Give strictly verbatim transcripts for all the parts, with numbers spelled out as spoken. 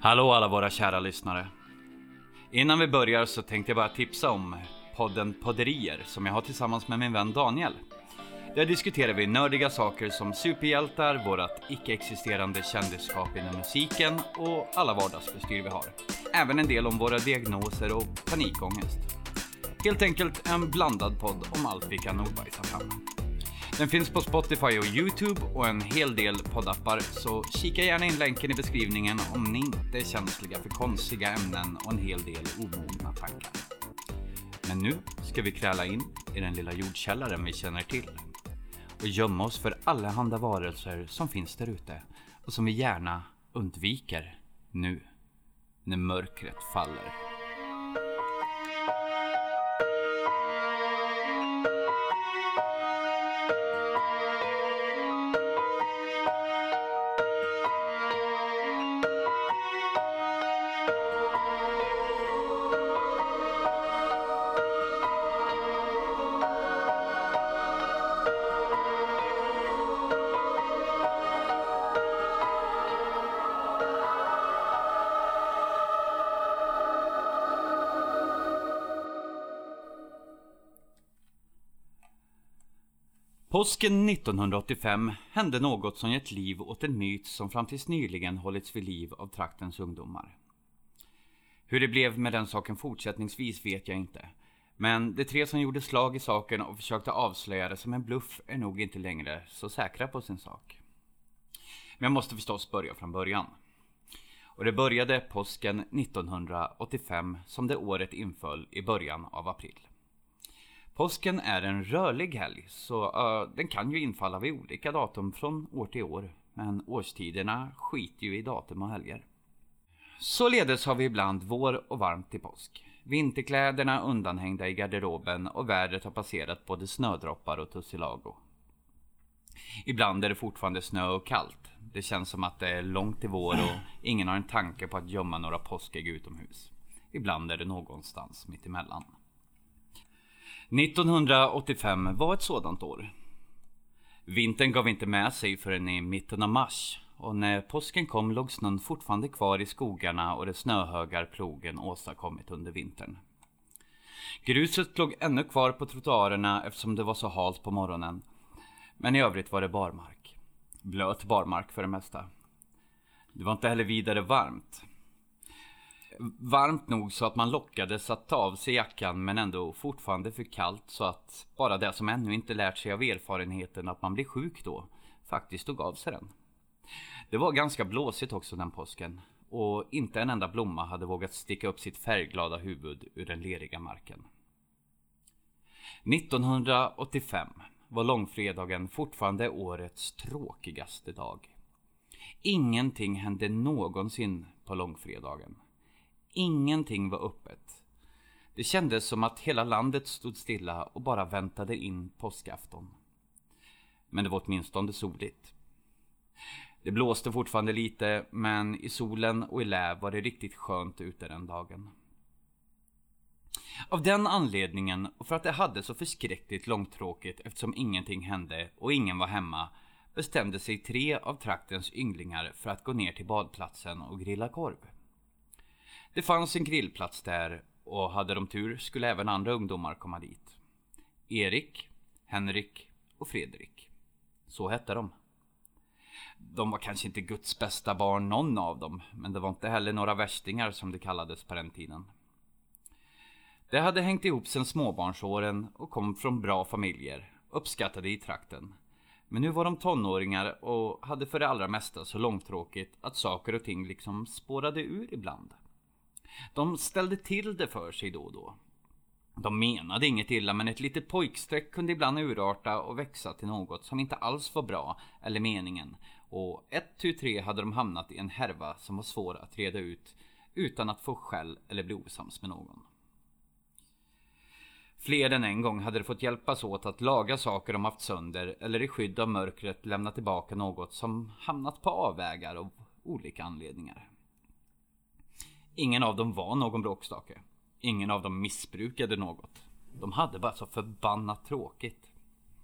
Hallå alla våra kära lyssnare. Innan vi börjar så tänkte jag bara tipsa om podden Podderier som jag har tillsammans med min vän Daniel. Där diskuterar vi nördiga saker som superhjältar, vårat icke-existerande kändisskap inom musiken och alla vardagsbestyr vi har. Även en del om våra diagnoser och panikångest. Helt enkelt en blandad podd om allt vi kan ordbajsa fram. Den finns på Spotify och YouTube och en hel del poddappar, så kika gärna in länken i beskrivningen om ni inte är känsliga för konstiga ämnen och en hel del omogna tankar. Men nu ska vi kräla in i den lilla jordkällaren vi känner till och gömma oss för alla handa varelser som finns där ute och som vi gärna undviker nu när mörkret faller. Påsken nittonhundraåttiofem hände något som gett liv åt en myt som fram tills nyligen hållits vid liv av traktens ungdomar. Hur det blev med den saken fortsättningsvis vet jag inte. Men de tre som gjorde slag i saken och försökte avslöja det som en bluff är nog inte längre så säkra på sin sak. Men jag måste förstås börja från början. Och det började påsken nittonhundraåttiofem som det året inföll i början av april. Påsken är en rörlig helg, så uh, den kan ju infalla vid olika datum från år till år. Men årstiderna skiter ju i datum och helger. Således har vi ibland vår och varmt till påsk. Vinterkläderna undanhängda i garderoben och vädret har passerat både snödroppar och tussilago. Ibland är det fortfarande snö och kallt. Det känns som att det är långt till vår och ingen har en tanke på att gömma några påskägg utomhus. Ibland är det någonstans mitt emellan. nittonhundraåttiofem var ett sådant år. Vintern gav inte med sig förrän i mitten av mars, och när påsken kom låg snön fortfarande kvar i skogarna och de snöhögar plogen åstadkommit under vintern. Gruset låg ännu kvar på trottoarerna eftersom det var så halt på morgonen, men i övrigt var det barmark. Blöt barmark för det mesta. Det var inte heller vidare varmt. Varmt nog så att man lockades att ta av sig jackan, men ändå fortfarande för kallt så att bara det som ännu inte lärt sig av erfarenheten att man blir sjuk då faktiskt tog av sig den. Det var ganska blåsigt också den påsken, och inte en enda blomma hade vågat sticka upp sitt färgglada huvud ur den leriga marken. nittonhundraåttiofem var långfredagen fortfarande årets tråkigaste dag. Ingenting hände någonsin på långfredagen. Ingenting var öppet. Det kändes som att hela landet stod stilla och bara väntade in påskafton. Men det var åtminstone soligt. Det blåste fortfarande lite, men i solen och i lä var det riktigt skönt ute den dagen. Av den anledningen, och för att det hade så förskräckligt långtråkigt eftersom ingenting hände och ingen var hemma, bestämde sig tre av traktens ynglingar för att gå ner till badplatsen och grilla korv. Det fanns en grillplats där, och hade de tur skulle även andra ungdomar komma dit. Erik, Henrik och Fredrik. Så hette de. De var kanske inte Guds bästa barn någon av dem, men det var inte heller några värstingar som det kallades på den tiden. De hade hängt ihop sedan småbarnsåren och kom från bra familjer, uppskattade i trakten. Men nu var de tonåringar och hade för det allra mesta så långtråkigt att saker och ting liksom spårade ur ibland. De ställde till det för sig då och då. De menade inget illa, men ett litet pojksträck kunde ibland urarta och växa till något som inte alls var bra eller meningen. Och ett tu tre hade de hamnat i en härva som var svår att reda ut utan att få skäll eller bli osams med någon. Fler än en gång hade de fått hjälpas åt att laga saker de haft sönder eller i skydd av mörkret lämna tillbaka något som hamnat på avvägar av olika anledningar. Ingen av dem var någon bråkstake. Ingen av dem missbrukade något. De hade bara så förbannat tråkigt.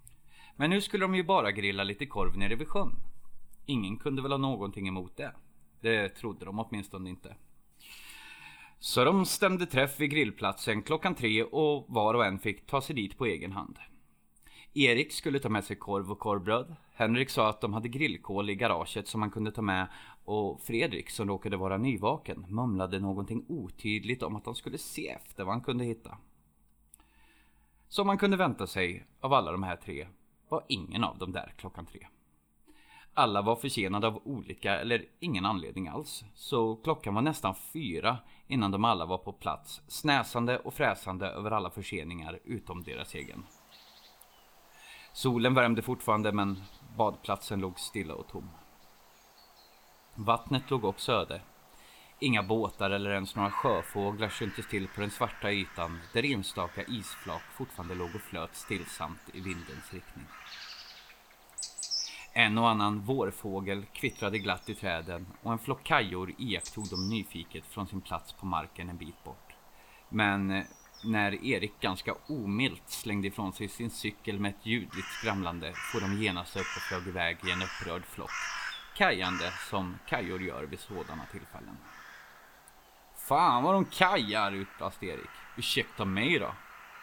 Men nu skulle de ju bara grilla lite korv nere vid sjön. Ingen kunde väl ha någonting emot det. Det trodde de åtminstone inte. Så de stämde träff vid grillplatsen klockan tre och var och en fick ta sig dit på egen hand. Erik skulle ta med sig korv och korvbröd. Henrik sa att de hade grillkål i garaget som man kunde ta med, och Fredrik, som råkade vara nyvaken, mumlade någonting otydligt om att han skulle se efter vad han kunde hitta. Som man kunde vänta sig av alla de här tre var ingen av dem där klockan tre. Alla var försenade av olika eller ingen anledning alls, så klockan var nästan fyra innan de alla var på plats, snäsande och fräsande över alla förseningar utom deras egen. Solen värmde fortfarande, men badplatsen låg stilla och tom. Vattnet låg också öde. Inga båtar eller ens några sjöfåglar syntes till på den svarta ytan där enstaka isflak fortfarande låg och flöt stillsamt i vindens riktning. En och annan vårfågel kvittrade glatt i träden och en flock kajor iakttog dem nyfiket från sin plats på marken en bit bort. Men när Erik ganska omilt slängde ifrån sig sin cykel med ett ljudligt skramlande får de genast upp och flög iväg i en upprörd flock, kajande som kajor gör vid sådana tillfällen. Fan vad de kajar, utbrast Erik. Ursäkta mig då.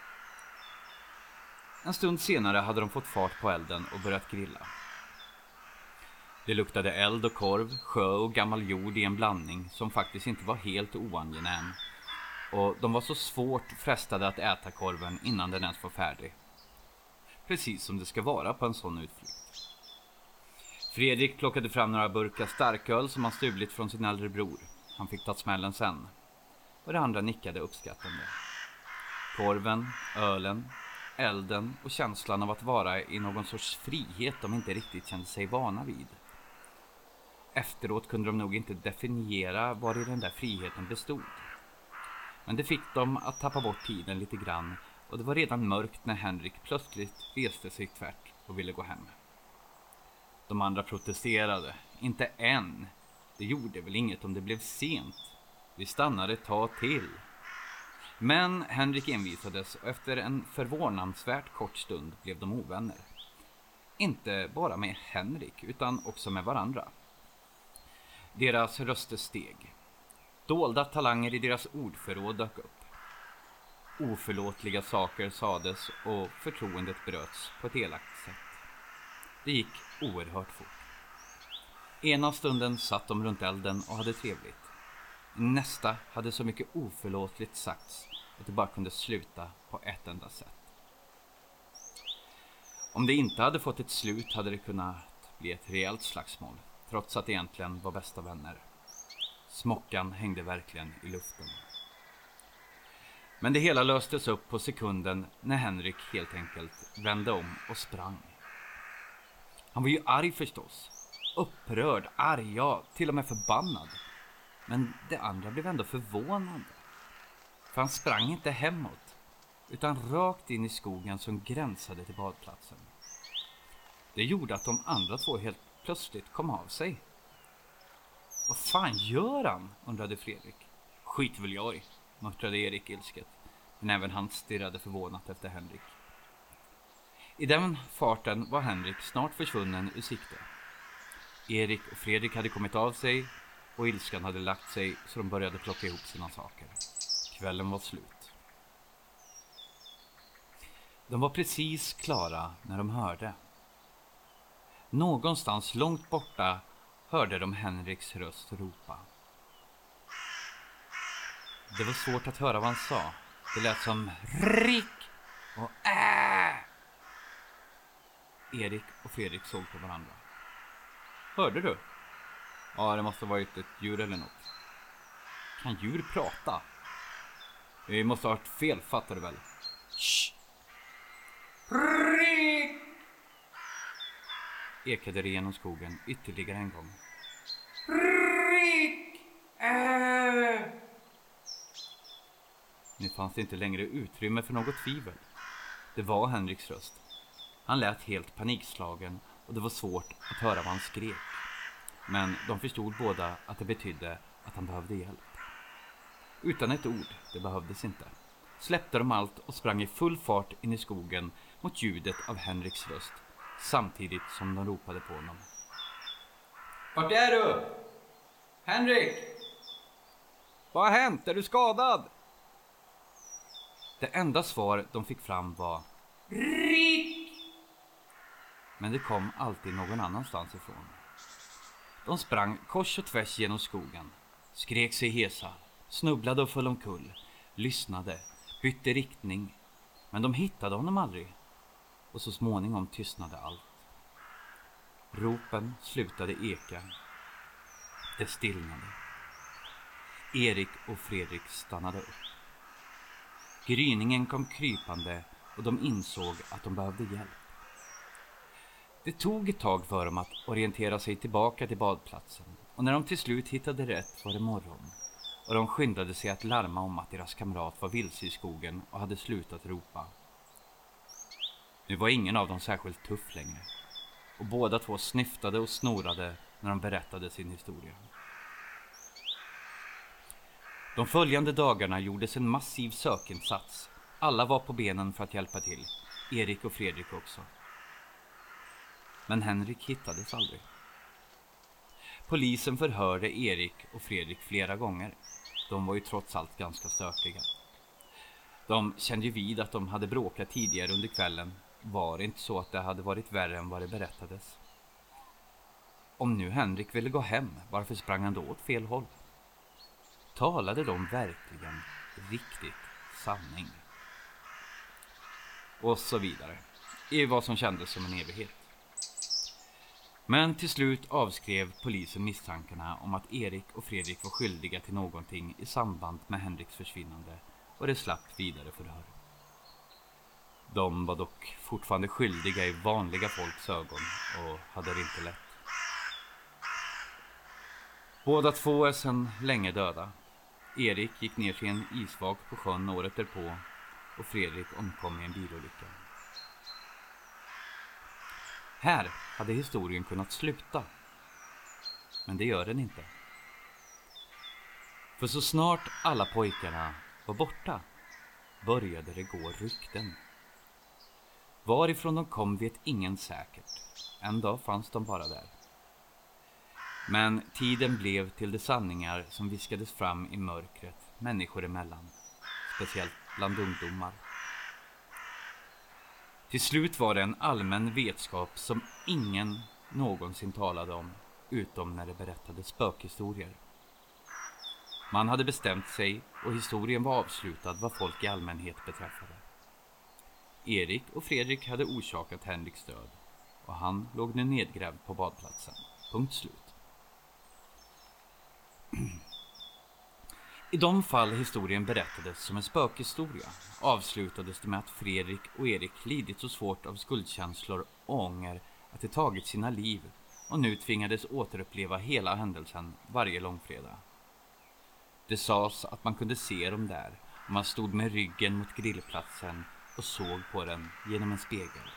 En stund senare hade de fått fart på elden och börjat grilla. Det luktade eld och korv, sjö och gammal jord i en blandning som faktiskt inte var helt oangenäm. Och de var så svårt frestade att äta korven innan den ens var färdig. Precis som det ska vara på en sån utflykt. Fredrik plockade fram några burkar starköl som han stulit från sin äldre bror. Han fick ta smällen sen. Och det andra nickade uppskattande. Korven, ölen, elden och känslan av att vara i någon sorts frihet de inte riktigt kände sig vana vid. Efteråt kunde de nog inte definiera var i den där friheten bestod. Men det fick dem att tappa bort tiden lite grann, och det var redan mörkt när Henrik plötsligt reste sig tvärt och ville gå hem. De andra protesterade. Inte än. Det gjorde väl inget om det blev sent. Vi stannade ett tag till. Men Henrik envisades och efter en förvånansvärt kort stund blev de ovänner. Inte bara med Henrik utan också med varandra. Deras röster steg. Dolda talanger i deras ordförråd dök upp. Oförlåtliga saker sades och förtroendet bröts på ett elakt sätt. Det gick oerhört fort. Ena stunden satt de runt elden och hade trevligt. Nästa hade så mycket oförlåtligt sagts att det bara kunde sluta på ett enda sätt. Om det inte hade fått ett slut hade det kunnat bli ett rejält slagsmål, trots att egentligen var bästa vänner. Smockan hängde verkligen i luften. Men det hela löstes upp på sekunden när Henrik helt enkelt vände om och sprang. Han var ju arg förstås. Upprörd, arg, ja, till och med förbannad. Men det andra blev ändå förvånande. För han sprang inte hemåt, utan rakt in i skogen som gränsade till badplatsen. Det gjorde att de andra två helt plötsligt kom av sig. Vad fan gör han? Undrade Fredrik. Skit väl jag i, muttrade Erik ilsket. Men även han stirrade förvånat efter Henrik. I den farten var Henrik snart försvunnen ur sikte. Erik och Fredrik hade kommit av sig och ilskan hade lagt sig så de började plocka ihop sina saker. Kvällen var slut. De var precis klara när de hörde. Någonstans långt borta hörde de Henriks röst ropa. Det var svårt att höra vad han sa. Det lät som Rick och Äh. Erik och Fredrik såg på varandra. Hörde du? Ja, det måste ha varit ett djur eller något. Kan djur prata? Vi måste ha varit fel, fattar du väl? Shh. Rick! Ekade det genom skogen ytterligare en gång. Rick! Äh! Nu fanns det inte längre utrymme för något tvivel. Det var Henriks röst. Han lät helt panikslagen och det var svårt att höra vad han skrek. Men de förstod båda att det betydde att han behövde hjälp. Utan ett ord, det behövdes inte, släppte de allt och sprang i full fart in i skogen mot ljudet av Henriks röst, samtidigt som de ropade på honom. Vart är du? Henrik! Vad har hänt? Är du skadad? Det enda svar de fick fram var Rick! Men det kom alltid någon annanstans ifrån. De sprang kors och tvärs genom skogen, skrek sig hesa, snubblade och föll omkull, lyssnade, bytte riktning. Men de hittade honom aldrig. Och så småningom tystnade allt. Ropen slutade eka. Det stillnade. Erik och Fredrik stannade upp. Gryningen kom krypande och de insåg att de behövde hjälp. Det tog ett tag för dem att orientera sig tillbaka till badplatsen. Och när de till slut hittade rätt var det morgon. Och de skyndade sig att larma om att deras kamrat var vilse i skogen och hade slutat ropa. Nu var ingen av dem särskilt tuff längre. Och båda två snyftade och snorade när de berättade sin historia. De följande dagarna gjordes en massiv sökinsats. Alla var på benen för att hjälpa till. Erik och Fredrik också. Men Henrik hittades aldrig. Polisen förhörde Erik och Fredrik flera gånger. De var ju trots allt ganska stökiga. De kände ju vid att de hade bråkat tidigare under kvällen. Var det inte så att det hade varit värre än vad det berättades? Om nu Henrik ville gå hem, varför sprang han då åt fel håll? Talade de verkligen riktigt sanning? Och så vidare. I vad som kändes som en evighet. Men till slut avskrev polisen misstankarna om att Erik och Fredrik var skyldiga till någonting i samband med Henriks försvinnande och det slapp vidare förhör. De var dock fortfarande skyldiga i vanliga folks ögon och hade det inte lätt. Båda två är sedan länge döda. Erik gick ner till en isvak på sjön året därpå och Fredrik omkom i en bilolycka. Här hade historien kunnat sluta. Men det gör den inte. För så snart alla pojkarna var borta började det gå rykten. Varifrån de kom vet ingen säkert. En dag fanns de bara där. Men tiden blev till de sanningar som viskades fram i mörkret människor emellan. Speciellt bland ungdomar. Till slut var det en allmän vetskap som ingen någonsin talade om, utom när det berättade spökhistorier. Man hade bestämt sig och historien var avslutad vad folk i allmänhet beträffade. Erik och Fredrik hade orsakat Henriks död och han låg nu nedgrävd på badplatsen. Punkt slut. I de fall historien berättades som en spökhistoria avslutades det med att Fredrik och Erik lidit så svårt av skuldkänslor och ånger att de tagit sina liv och nu tvingades återuppleva hela händelsen varje långfredag. Det sades att man kunde se dem där och man stod med ryggen mot grillplatsen och såg på den genom en spegel.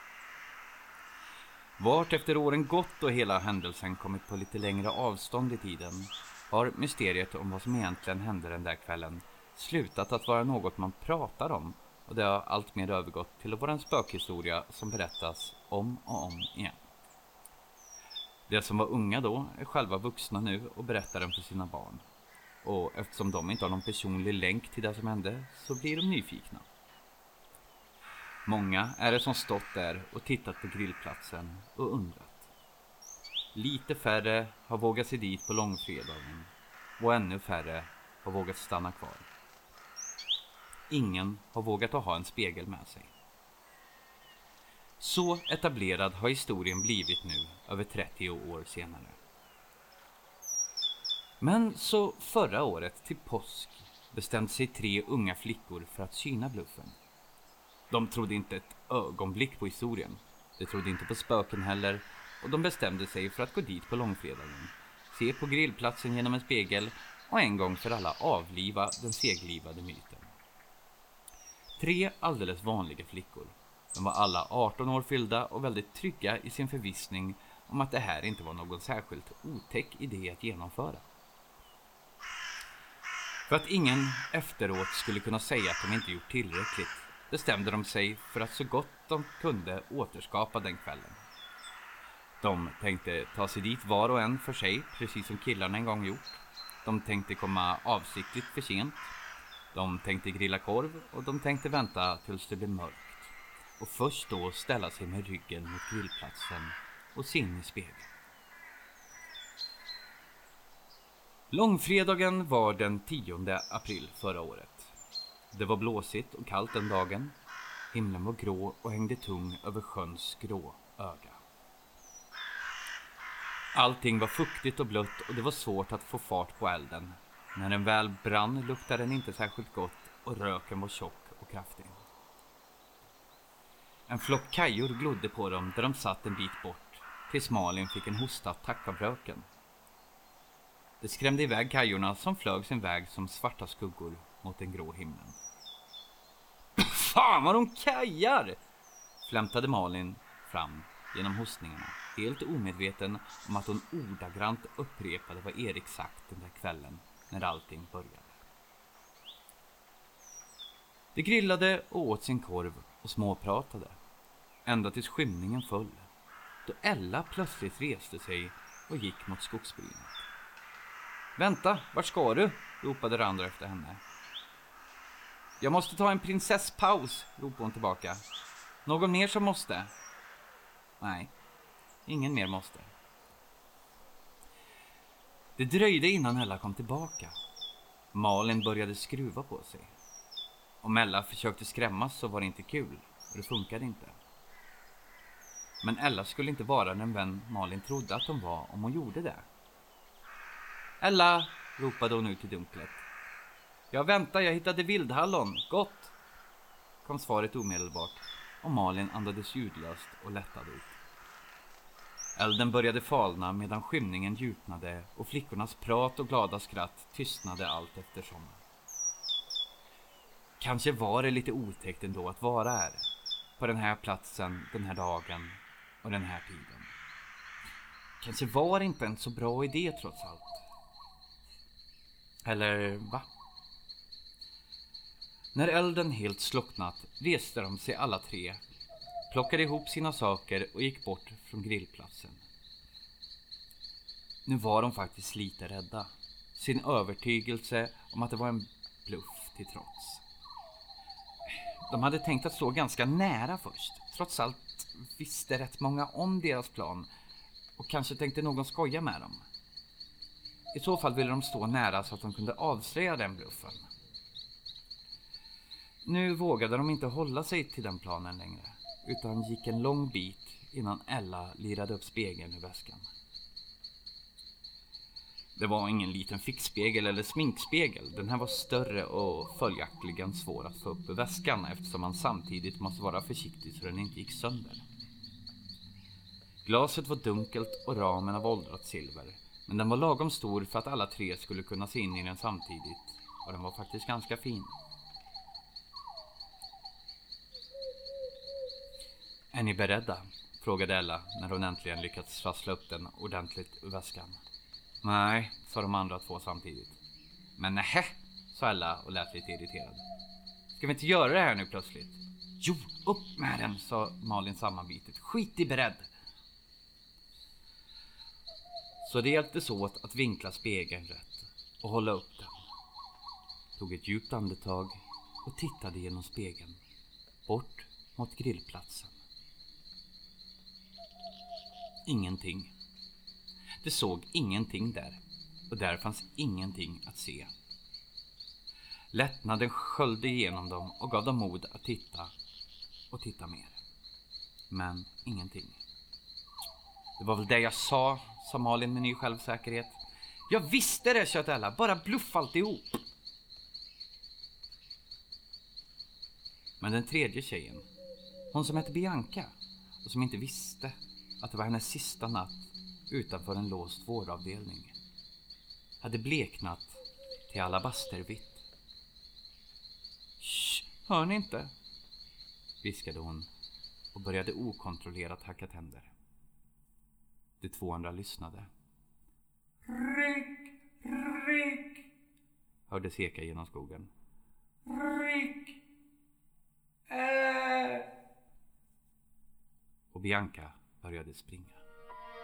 Vart efter åren gått och hela händelsen kommit på lite längre avstånd i tiden har mysteriet om vad som egentligen hände den där kvällen slutat att vara något man pratar om och det har allt mer övergått till att vara en spökhistoria som berättas om och om igen. De som var unga då är själva vuxna nu och berättar den för sina barn. Och eftersom de inte har någon personlig länk till det som hände så blir de nyfikna. Många är det som stått där och tittat på grillplatsen och undrat. Lite färre har vågat sig dit på långfredagen och ännu färre har vågat stanna kvar. Ingen har vågat att ha en spegel med sig. Så etablerad har historien blivit nu över trettio år senare. Men så förra året till påsk bestämde sig tre unga flickor för att syna bluffen. De trodde inte ett ögonblick på historien. De trodde inte på spöken heller och de bestämde sig för att gå dit på långfredagen, se på grillplatsen genom en spegel och en gång för alla avliva den seglivade myten. Tre alldeles vanliga flickor. De var alla arton år fyllda och väldigt trygga i sin förvissning om att det här inte var någon särskilt otäck idé att genomföra. För att ingen efteråt skulle kunna säga att de inte gjort tillräckligt bestämde de sig för att så gott de kunde återskapa den kvällen. De tänkte ta sig dit var och en för sig, precis som killarna en gång gjort. De tänkte komma avsiktligt för sent. De tänkte grilla korv och de tänkte vänta tills det blev mörkt. Och först då ställa sig med ryggen mot grillplatsen och se in i spegeln. Långfredagen var den tionde april förra året. Det var blåsigt och kallt den dagen. Himlen var grå och hängde tung över sjöns grå öga. Allting var fuktigt och blött och det var svårt att få fart på elden. När den väl brann luktade den inte särskilt gott och röken var tjock och kraftig. En flock kajor glodde på dem där de satt en bit bort tills Malin fick en hostattack av röken. Det skrämde iväg kajorna som flög sin väg som svarta skuggor mot den grå himlen. Fan vad de kajar! Flämtade Malin fram genom hostningarna, helt omedveten om att hon ordagrant upprepade vad Erik sagt den där kvällen när allting började. De grillade och åt sin korv och småpratade, ända tills skymningen föll, då Ella plötsligt reste sig och gick mot skogsbrynet. Vänta, vart ska du? Ropade de andra efter henne. Jag måste ta en prinsesspaus, ropade hon tillbaka. Någon mer som måste? Nej, ingen mer måste. Det dröjde innan Ella kom tillbaka. Malin började skruva på sig. Om Ella försökte skrämmas så var det inte kul, och det funkade inte. Men Ella skulle inte vara den vän Malin trodde att hon var om hon gjorde det. Ella, ropade hon ut i dunklet. Jag väntar, jag hittade vildhallon. Gott! Kom svaret omedelbart och Malin andades ljudlöst och lättade ut. Elden började falna medan skymningen djupnade och flickornas prat och glada skratt tystnade allt eftersom. Kanske var det lite otäckt ändå att vara här. På den här platsen, den här dagen och den här tiden. Kanske var det inte en så bra idé trots allt. Eller va? När elden helt slocknat reste de sig alla tre, plockade ihop sina saker och gick bort från grillplatsen. Nu var de faktiskt lite rädda. Sin övertygelse om att det var en bluff till trots. De hade tänkt att stå ganska nära först. Trots allt visste rätt många om deras plan och kanske tänkte någon skoja med dem. I så fall ville de stå nära så att de kunde avslöja den bluffen. Nu vågade de inte hålla sig till den planen längre, utan gick en lång bit innan Ella lirade upp spegeln i väskan. Det var ingen liten fixspegel eller sminkspegel. Den här var större och följaktligen svår att få upp i väskan eftersom man samtidigt måste vara försiktig så den inte gick sönder. Glaset var dunkelt och ramen av åldrat silver, men den var lagom stor för att alla tre skulle kunna se in i den samtidigt, och den var faktiskt ganska fin. Är ni beredda? Frågade Ella när hon äntligen lyckats trassla upp den ordentligt ur väskan. Nej, sa de andra två samtidigt. Men nähä, sa Ella och lät lite irriterad. Ska vi inte göra det här nu plötsligt? Jo, upp med den, sa Malin sammanbitet. Skit i beredd. Så det hjälptes åt att vinkla spegeln rätt och hålla upp den. Tog ett djupt andetag och tittade genom spegeln. Bort mot grillplatsen. Ingenting. Det såg ingenting där, och där fanns ingenting att se. Lättnaden sköljde igenom dem och gav dem mod att titta och titta mer. Men ingenting. Det var väl det jag sa, sa Malin med ny självsäkerhet. Jag visste det, tjöt Ella, bara bluff alltihop. Men den tredje tjejen, hon som hette Bianca och som inte visste att det var hennes sista natt utanför en låst vårdavdelning, hade bleknat till alabastervitt. Shh, hör ni inte? Viskade hon och började okontrollerat hacka tänder. De två andra lyssnade. Rick, Rick, hördes eka genom skogen. Rick, äh. Och Bianca började springa.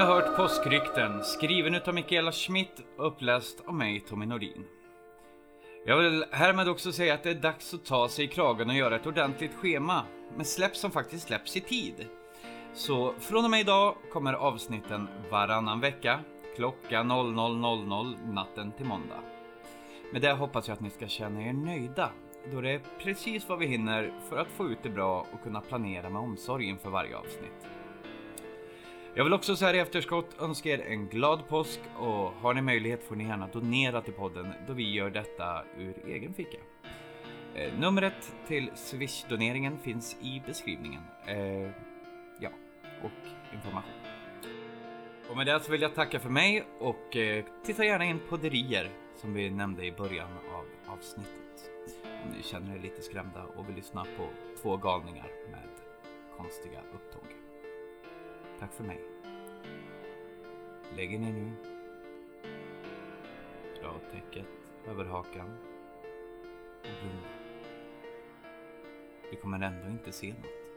hört Påskrykten, skriven utav Mikaela Schmidt och uppläst av mig, Tommy Nordin. Jag vill härmed också säga att det är dags att ta sig i kragen och göra ett ordentligt schema med släpp som faktiskt släpps i tid. Så från och med idag kommer avsnitten varannan vecka, klockan noll noll noll noll natten till måndag. Med det hoppas jag att ni ska känna er nöjda, då det är precis vad vi hinner för att få ut det bra och kunna planera med omsorg inför varje avsnitt. Jag vill också så här i efterskott önska er en glad påsk, och har ni möjlighet får ni gärna donera till podden då vi gör detta ur egen ficka. Eh, numret till Swish-doneringen finns i beskrivningen. Eh, ja, och information. Och med det så vill jag tacka för mig och eh, titta gärna in på Derier som vi nämnde i början av avsnittet. Om ni känner er lite skrämda och vill lyssna på två galningar med konstiga upptåg. Tack för mig. Lägger ni nu. Dra täcket över hakan och blunda. Vi kommer ändå inte se något.